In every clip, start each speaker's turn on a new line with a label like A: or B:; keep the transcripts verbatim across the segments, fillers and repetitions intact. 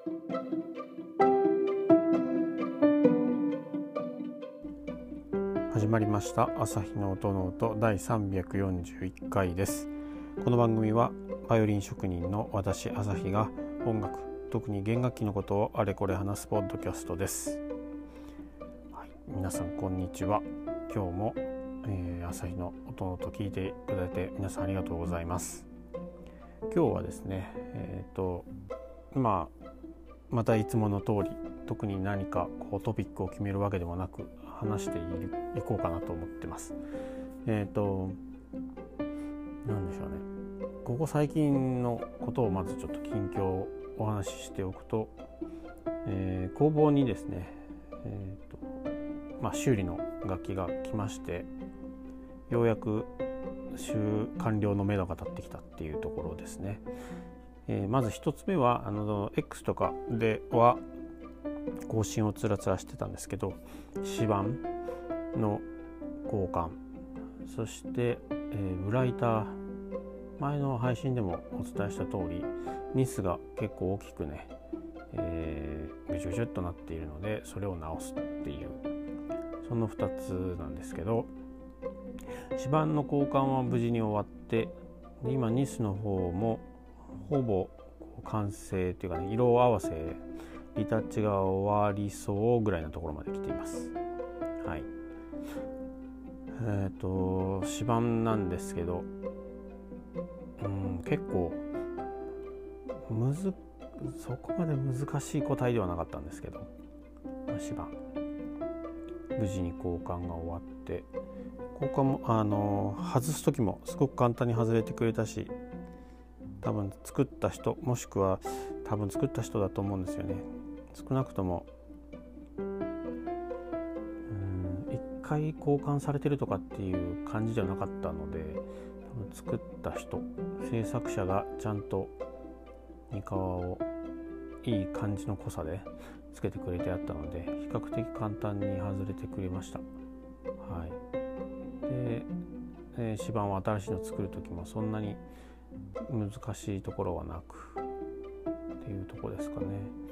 A: 始まりました朝日の音の音だいさんびゃくよんじゅういっかいです。この番組はバイオリン職人の私朝日が音楽、特に弦楽器のことをあれこれ話すポッドキャストです。はい、皆さんこんにちは。今日も、えー、朝日の音の音聞いてくれて皆さんありがとうございます。今日はですね、えーとまあまたいつもの通り特に何かこうトピックを決めるわけでもなく話しているいこうかなと思ってます。えっとなんでしょうね。ここ最近のことをまずちょっと近況をお話ししておくと、えー、工房にですね、えーとまあ、修理の楽器が来まして、ようやく修完了のめどが立ってきたっていうところですね。えー、まず一つ目はあの X とかでは更新をつらつらしてたんですけど、指板の交換、そして、えー、ブライター、前の配信でもお伝えした通りニスが結構大きくね、えー、ぐじゅぐじゅっとなっているので、それを直すっていう、そのふたつなんですけど、指板の交換は無事に終わって、で今ニスの方もほぼ完成というかね、色合わせリタッチが終わりそうぐらいのところまで来ています。はい。えっと指板なんですけど、うん、結構むずそこまで難しい個体ではなかったんですけど、指板無事に交換が終わって、交換もあの外す時もすごく簡単に外れてくれたし、多分作った人もしくは多分作った人だと思うんですよね。少なくともいっかい交換されてるとかっていう感じじゃなかったので、多分作った人、制作者がちゃんとに革をいい感じの濃さでつけてくれてあったので、比較的簡単に外れてくれました。はい。で、えー、指板を新しいの作る時もそんなに難しいところはなくっていうところですかね。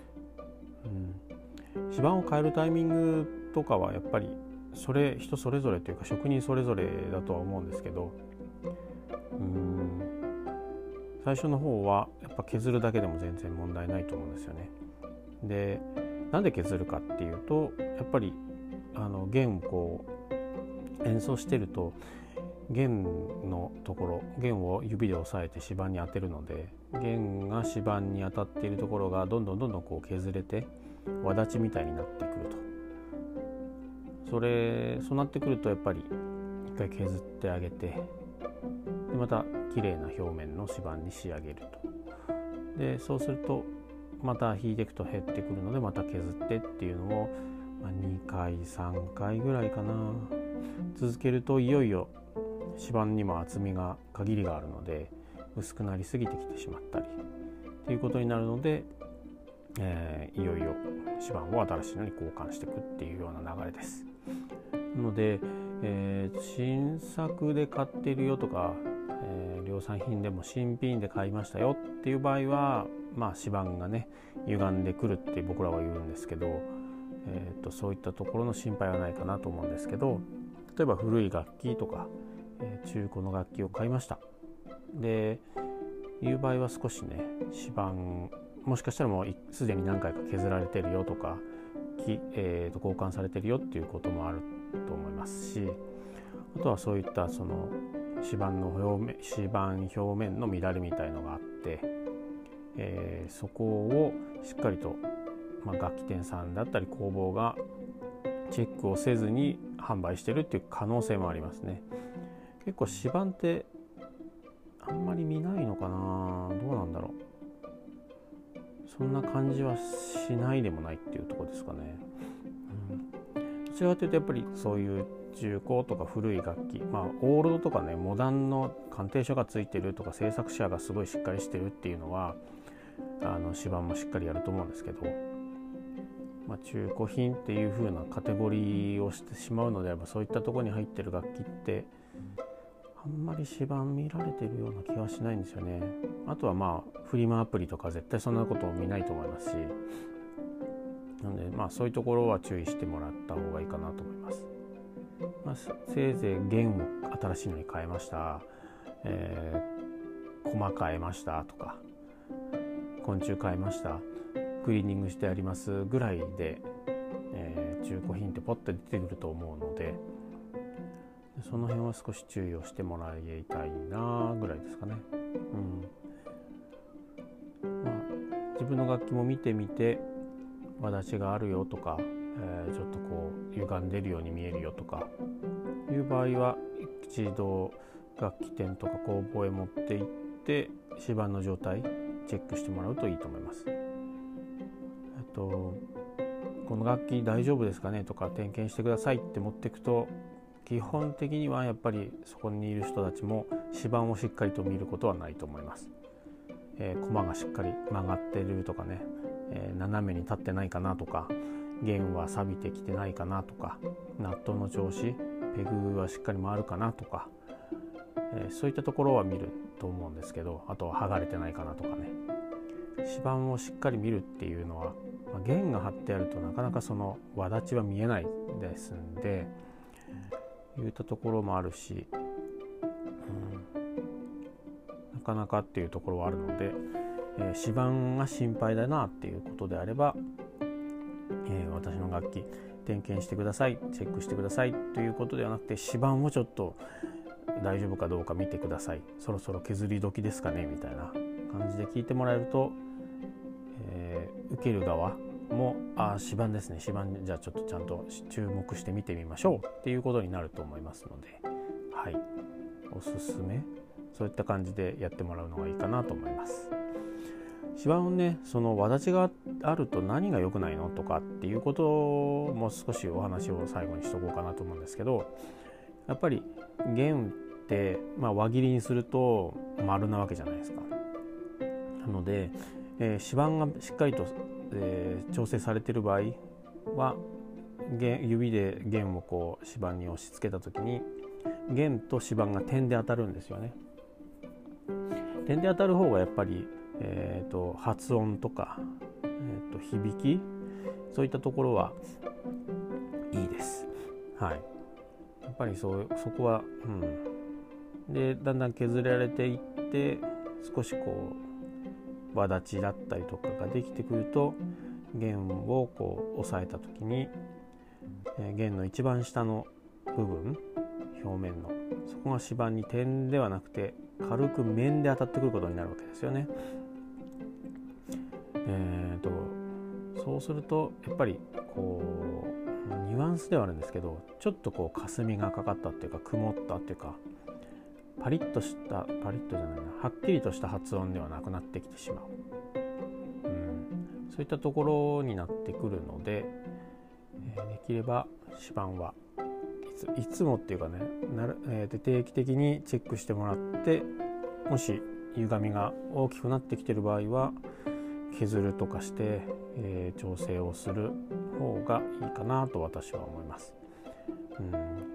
A: うん、指板を変えるタイミングとかはやっぱりそれ人それぞれというか職人それぞれだとは思うんですけど、うん最初の方はやっぱ削るだけでも全然問題ないと思うんですよね。で、なんで削るかっていうと、やっぱりあの弦をこう演奏してると弦のところ、弦を指で押さえて指板に当てるので、弦が指板に当たっているところがどんどんどんどんこう削れて輪立ちみたいになってくると。それそうなってくるとやっぱり一回削ってあげて、でまた綺麗な表面の指板に仕上げると。でそうするとまた弾いていくと減ってくるので、また削ってっていうのを、まあ、にかいさんかいぐらいかな続けると、いよいよ指板にも厚みが限りがあるので薄くなりすぎてきてしまったりということになるので、えー、いよいよ指板を新しいのに交換していくっていうような流れです。なので、えー、新作で買っているよとか、えー、量産品でも新品で買いましたよっていう場合は、まあ、指板がね歪んでくるって僕らは言うんですけど、えー、とそういったところの心配はないかなと思うんですけど、例えば古い楽器とか、えー、中古の楽器を買いましたでいう場合は、少しね指板もしかしたらもうすでに何回か削られてるよとか、えー、と交換されてるよっていうこともあると思いますし、あとはそういったその指板の表面指板表面の乱れみたいのがあって、えー、そこをしっかりと、まあ、楽器店さんだったり工房がチェックをせずに販売してるっていう可能性もありますね。結構指板ってあんまり見ないのかな、どうなんだろう。そんな感じはしないでもないっていうところですかね。うん、どちらかというとやっぱりそういう中古とか古い楽器、まあオールドとかねモダンの鑑定書がついてるとか制作者がすごいしっかりしてるっていうのはあの指板もしっかりやると思うんですけど、まあ、中古品っていう風なカテゴリーをしてしまうのであれば、そういったところに入ってる楽器ってあんまり指板見られてるような気はしないんですよね。あとはまあフリマアプリとか絶対そんなことを見ないと思いますし、なのでまあそういうところは注意してもらった方がいいかなと思います。まあ、せいぜい弦を新しいのに変えました、えー、駒変えましたとか、昆虫変えました、クリーニングしてありますぐらいで、えー、中古品ってポッと出てくると思うので、その辺は少し注意をしてもらいたいなぐらいですかね。うんまあ、自分の楽器も見てみて轍があるよとか、えー、ちょっとこう歪んでるように見えるよとかいう場合は一度楽器店とか工房へ持って行って指板の状態チェックしてもらうといいと思います。えっとこの楽器大丈夫ですかねとか点検してくださいって持っていくと、基本的にはやっぱりそこにいる人たちも指板をしっかりと見ることはないと思います。えー、駒がしっかり曲がってるとかね、えー、斜めに立ってないかなとか、弦は錆びてきてないかなとか、ナットの調子、ペグはしっかり回るかなとか、えー、そういったところは見ると思うんですけど、あとは剥がれてないかなとかね、指板をしっかり見るっていうのは、まあ、弦が張ってあるとなかなかその轍は見えないですんで、いったところもあるし、うん、なかなかっていうところはあるので、えー、指板が心配だなっていうことであれば、えー、私の楽器点検してください、チェックしてくださいということではなくて、指板をちょっと大丈夫かどうか見てください、そろそろ削り時ですかねみたいな感じで聞いてもらえると、えー、受ける側もあ指板ですね、指板じゃあちょっとちゃんと注目して見てみましょうっていうことになると思いますので、はい、おすすめそういった感じでやってもらうのがいいかなと思います。指板をね、その轍があると何が良くないのとかっていうことも少しお話を最後にしとこうかなと思うんですけど、やっぱり弦って、まあ、輪切りにすると丸なわけじゃないですか。なので、えー、指板がしっかりとえー、調整されている場合は指で弦をこう指板に押し付けた時に弦と指板が点で当たるんですよね。点で当たる方がやっぱり、えー、と発音とか、えー、と響き、そういったところはいいです。はい、やっぱりそうそこは、うん、でだんだん削られていって少しこう轍だったりとかができてくると、弦をこう押さえた時に、えー、弦の一番下の部分、表面のそこが指板に点ではなくて軽く面で当たってくることになるわけですよね。えーとそうするとやっぱりこうニュアンスではあるんですけど、ちょっとこう霞がかかったっていうか曇ったっていうか、パリッとしたパリッとじゃないなはっきりとした発音ではなくなってきてしまう、うん、そういったところになってくるので、えー、できれば指板はいつ、いつもっていうかねなる、えー、定期的にチェックしてもらって、もし歪みが大きくなってきている場合は削るとかして、えー、調整をする方がいいかなと私は思います、うん、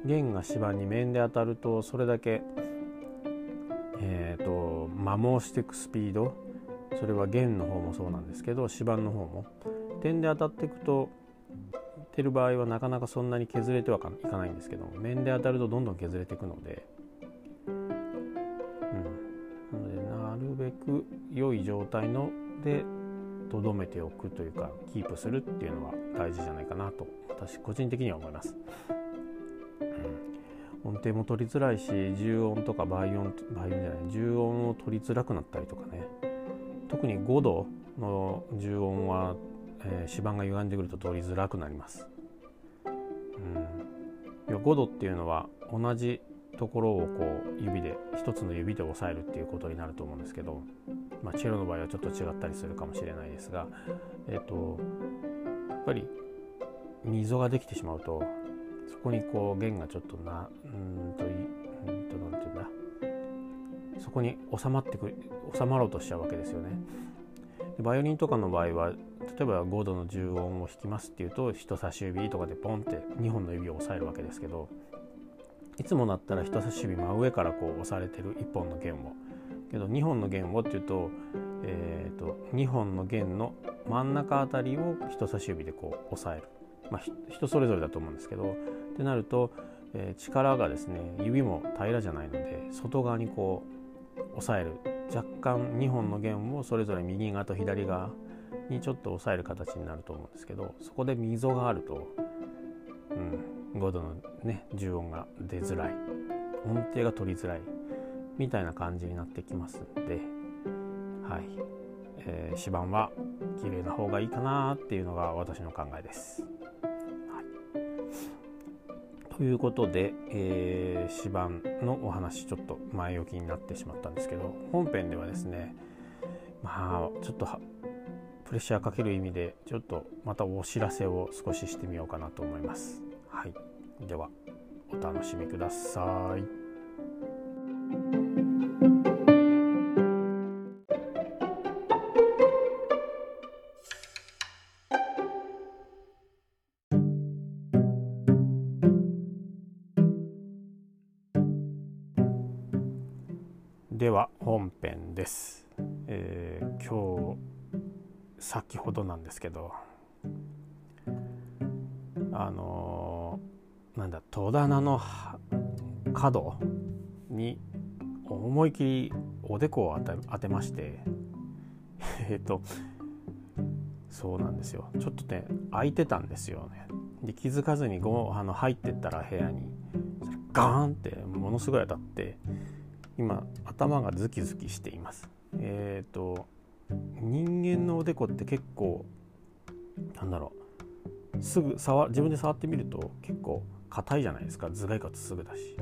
A: 弦が指板に面で当たるとそれだけえーと、摩耗していくスピード、それは弦の方もそうなんですけど指板の方も点で当たっていくとてる場合はなかなかそんなに削れてはいかないんですけど、面で当たるとどんどん削れていくので、うん、なのでなるべく良い状態のでとどめておくというかキープするっていうのは大事じゃないかなと私個人的には思います。音程も取りづらいし、重音とか倍音、倍音じゃない、重音を取りづらくなったりとかね、特にごどの重音は、えー、指板が歪んでくると取りづらくなります、うん、ごどっていうのは同じところをこう指で一つの指で押さえるっていうことになると思うんですけど、まあ、チェロの場合はちょっと違ったりするかもしれないですが、えーと、やっぱり溝ができてしまうとそこにこう弦がちょっとなうんとうんとなんていうんだそこに収まってく収まろうとしちゃうわけですよね。でバイオリンとかの場合は例えばごどの重音を弾きますっていうと人差し指とかでポンってにほんの指を押さえるわけですけど、 いつもだったら人差し指真上からこう押されてるいっぽんの弦を、けどにほんの弦をっていうと、えー、とにほんの弦の真ん中あたりを人差し指でこう押さえる、まあ、人それぞれだと思うんですけど、ってなると、えー、力がですね、指も平らじゃないので外側にこう押さえる、若干にほんの弦をそれぞれ右側と左側にちょっと押さえる形になると思うんですけど、そこで溝があると、うん、ごどのね重音が出づらい、音程が取りづらいみたいな感じになってきますんで、はい、えー、指板は綺麗な方がいいかなっていうのが私の考えです。はい、ということで、えー、指板のお話ちょっと前置きになってしまったんですけど、本編ではですね、まあちょっとプレッシャーかける意味でちょっとまたお知らせを少ししてみようかなと思います。はい、ではお楽しみください。では本編です。えー、今日先ほどなんですけど、あのー、なんだ戸棚の角に思い切りおでこを当て、当てましてえっとそうなんですよ、ちょっとね開いてたんですよね。で気づかずにごあの入ってったら部屋にガーンってものすごい当たって、今頭がズキズキしています。えっと人間のおでこって結構なんだろう、すぐ触自分で触ってみると結構硬いじゃないですか。頭蓋骨すぐだし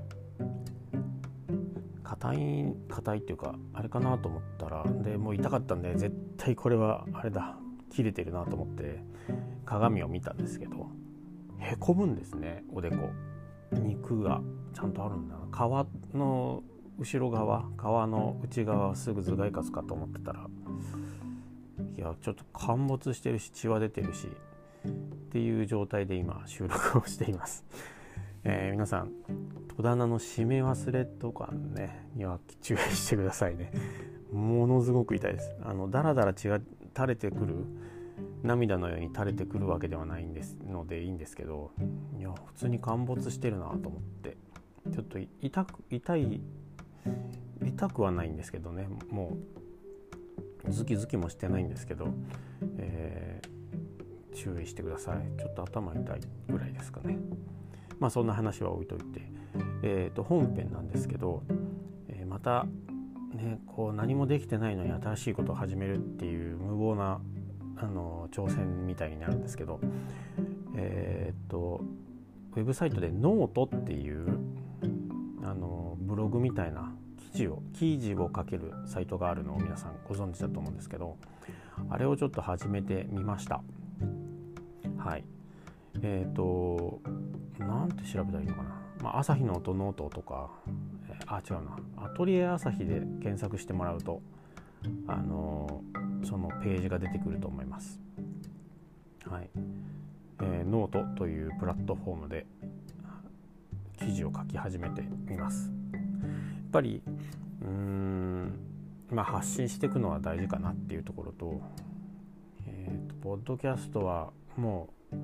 A: 硬い硬いっていうかあれかなと思ったら、でもう痛かったんで絶対これはあれだ切れてるなと思って鏡を見たんですけど、へこむんですねおでこ。肉がちゃんとあるんだな。皮の後ろ側、皮の内側はすぐ頭蓋骨かと思ってたら、いやちょっと陥没してるし血は出てるしっていう状態で今収録をしています。えー、皆さん戸棚の閉め忘れとかねには注意してくださいね。ものすごく痛いです。あのだらだら血が垂れてくる、涙のように垂れてくるわけではないんですのでいいんですけど、いや普通に陥没してるなと思って、ちょっと痛く痛い痛くはないんですけどね、もうズキズキもしてないんですけど、えー、注意してください。ちょっと頭痛いぐらいですかね。まあそんな話は置いといて、えーと本編なんですけど、えー、またねこう何もできてないのに新しいことを始めるっていう無謀なあの挑戦みたいになるんですけど、えーとウェブサイトでノートっていうあのブログみたいな記事を記事を書けるサイトがあるのを皆さんご存知だと思うんですけど、あれをちょっと始めてみました。はい。えっ、ー、となんて調べたらいいのかな。まあ、朝日の音ノートとか、えー、あ違うなアトリエ朝日で検索してもらうとあのー、そのページが出てくると思います。はい。えー、ノートというプラットフォームで記事を書き始めてみます。やっぱりうーん、まあ、発信していくのは大事かなっていうところと、えーと、ポッドキャストはもう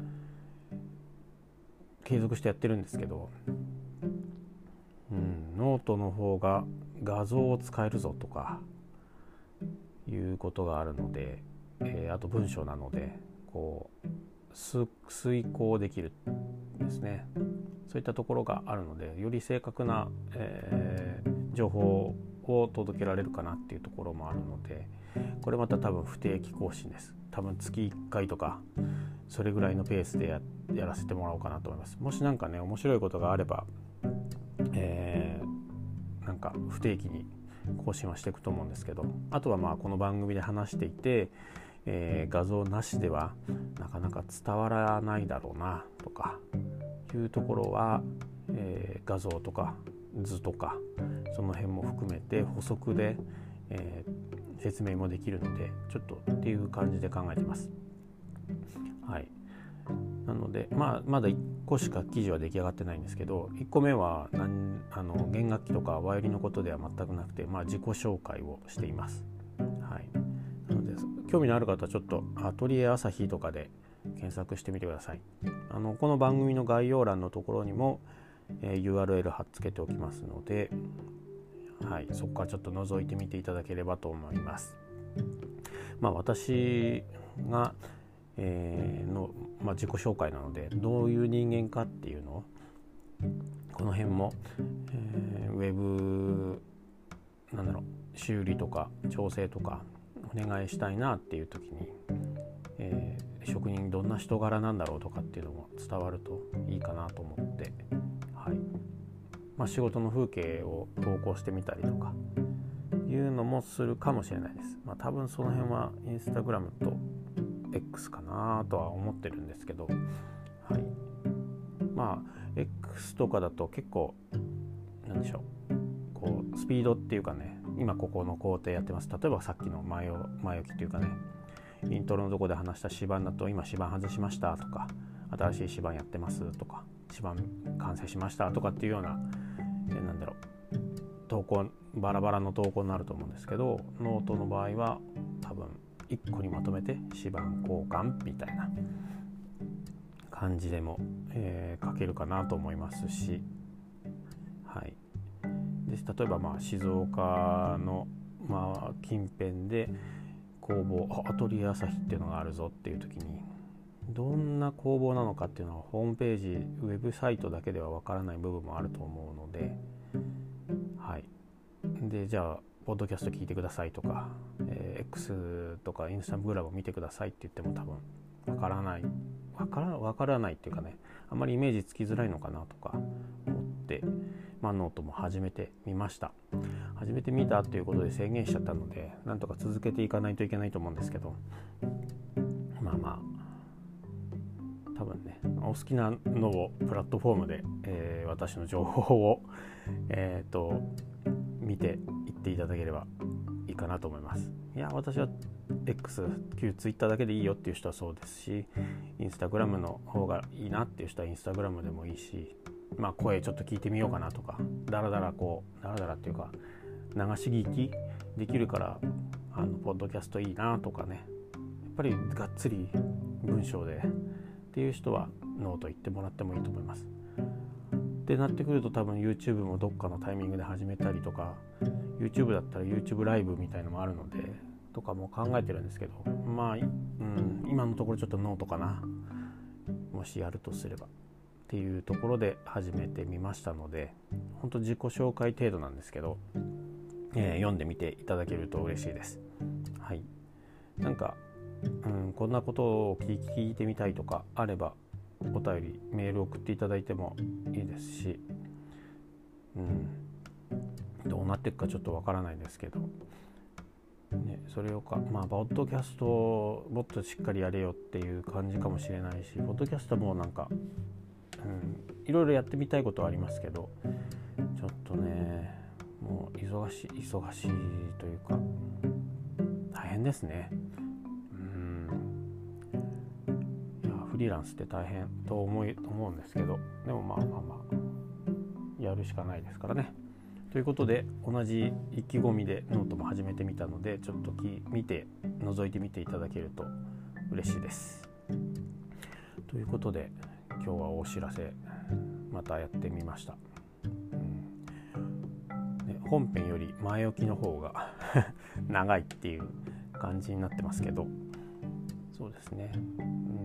A: 継続してやってるんですけど、うん、ノートの方が画像を使えるぞとかいうことがあるので、えー、あと文章なのでこう遂行できるんですね。そういったところがあるので、より正確な、えー、情報を届けられるかなっていうところもあるので、これまた多分不定期更新です。多分月いっかいとかそれぐらいのペースで や, やらせてもらおうかなと思います。もしなんかね面白いことがあれば、えー、なんか不定期に更新はしていくと思うんですけど、あとはまあこの番組で話していて、えー、画像なしではなかなか伝わらないだろうなとかいうところは、えー、画像とか図とかその辺も含めて補足で、えー、説明もできるのでちょっとっていう感じで考えてます。はい。 なので、まあ、まだいっこしか記事は出来上がってないんですけど、いっこめは何あの弦楽器とかバイオリンのことでは全くなくて、まあ、自己紹介をしています。はい、なので興味のある方はちょっとアトリエ朝日とかで検索してみてください。あのこの番組の概要欄のところにも、えー、ユーアールエル 貼っつけておきますので、はい、そこからちょっと覗いてみていただければと思います。まあ、私が、えー、の、まあ、自己紹介なので、どういう人間かっていうのをこの辺も、えー、ウェブなんだろう修理とか調整とかお願いしたいなっていう時に、えー、職人どんな人柄なんだろうとかっていうのも伝わるといいかなと思って、はい、まあ、仕事の風景を投稿してみたりとかいうのもするかもしれないです。まあ、多分その辺はインスタグラムと X かなとは思ってるんですけど、はい、まあ X とかだと結構なんでしょう、こうスピードっていうかね、今ここの工程やってます。例えばさっきの前置前置きっていうかね、イントロのとこで話した指板だと今指板外しましたとか、新しい指板やってますとか、指板完成しましたとかっていうような、えなんだろう投稿バラバラの投稿になると思うんですけど、ノートの場合は多分いっこにまとめて指板交換みたいな感じでも、えー、書けるかなと思いますし、はい、で例えばまあ静岡の、まあ、近辺で工房アトリエ朝日っていうのがあるぞっていう時に、どんな工房なのかっていうのはホームページウェブサイトだけではわからない部分もあると思うので、はい、でじゃあポッドキャスト聞いてくださいとか、えー、X とかインスタグラムを見てくださいって言っても多分わからないわからわからないっていうかね、あんまりイメージつきづらいのかなとか思って、まあ、ノートも始めてみました。始めてみたということで宣言しちゃったので、なんとか続けていかないといけないと思うんですけど、まあまあ多分ね、お好きなのをプラットフォームで、えー、私の情報を、えー、と見ていっていただければいいかなと思います。いや私は X、旧 Twitter だけでいいよっていう人はそうですし、インスタグラムの方がいいなっていう人はインスタグラムでもいいし、まあ声ちょっと聞いてみようかなとか、だらだらこうだらだらっていうか流し聞きできるからあのポッドキャストいいなとかね、やっぱりがっつり文章でっていう人はノート行ってもらってもいいと思います。ってなってくると多分 YouTube もどっかのタイミングで始めたりとか、 YouTube だったら YouTube ライブみたいのもあるのでとかも考えてるんですけど、まあ、うん、今のところちょっとノートかな、もしやるとすればっていうところで始めてみましたので、本当自己紹介程度なんですけど、えー、読んでみていただけると嬉しいです。はい、なんか、うん、こんなことを聞い、聞いてみたいとかあればお便りメール送っていただいてもいいですし、うん、どうなっていくかちょっとわからないですけど、ね、それをかまあポッドキャストをもっとしっかりやれよっていう感じかもしれないし、ポッドキャストもなんか、うん、いろいろやってみたいことはありますけど、ちょっとねもう忙しい忙しいというか大変ですね。フリーランスって大変と思い思うんですけど、でもまあまあまあやるしかないですからね。ということで同じ意気込みでノートも始めてみたので、ちょっと見て覗いてみていただけると嬉しいです。ということで今日はお知らせまたやってみました。うんね、本編より前置きの方が長いっていう感じになってますけど、そうですね、うん、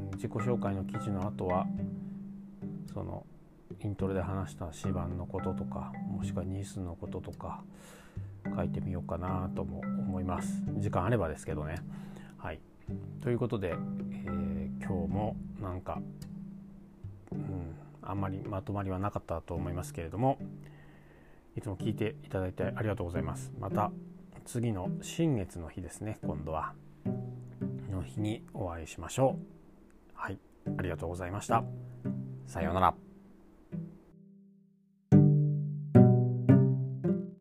A: 自己紹介の記事の後はそのイントロで話した指板のこととか、もしくはニスのこととか書いてみようかなとも思います。時間あればですけどね。はい、ということで、えー、今日もなんか、うん、あんまりまとまりはなかったと思いますけれども、いつも聞いていただいてありがとうございます。また次の新月の日ですね、今度はの日にお会いしましょう。はい、ありがとうございました。さようなら。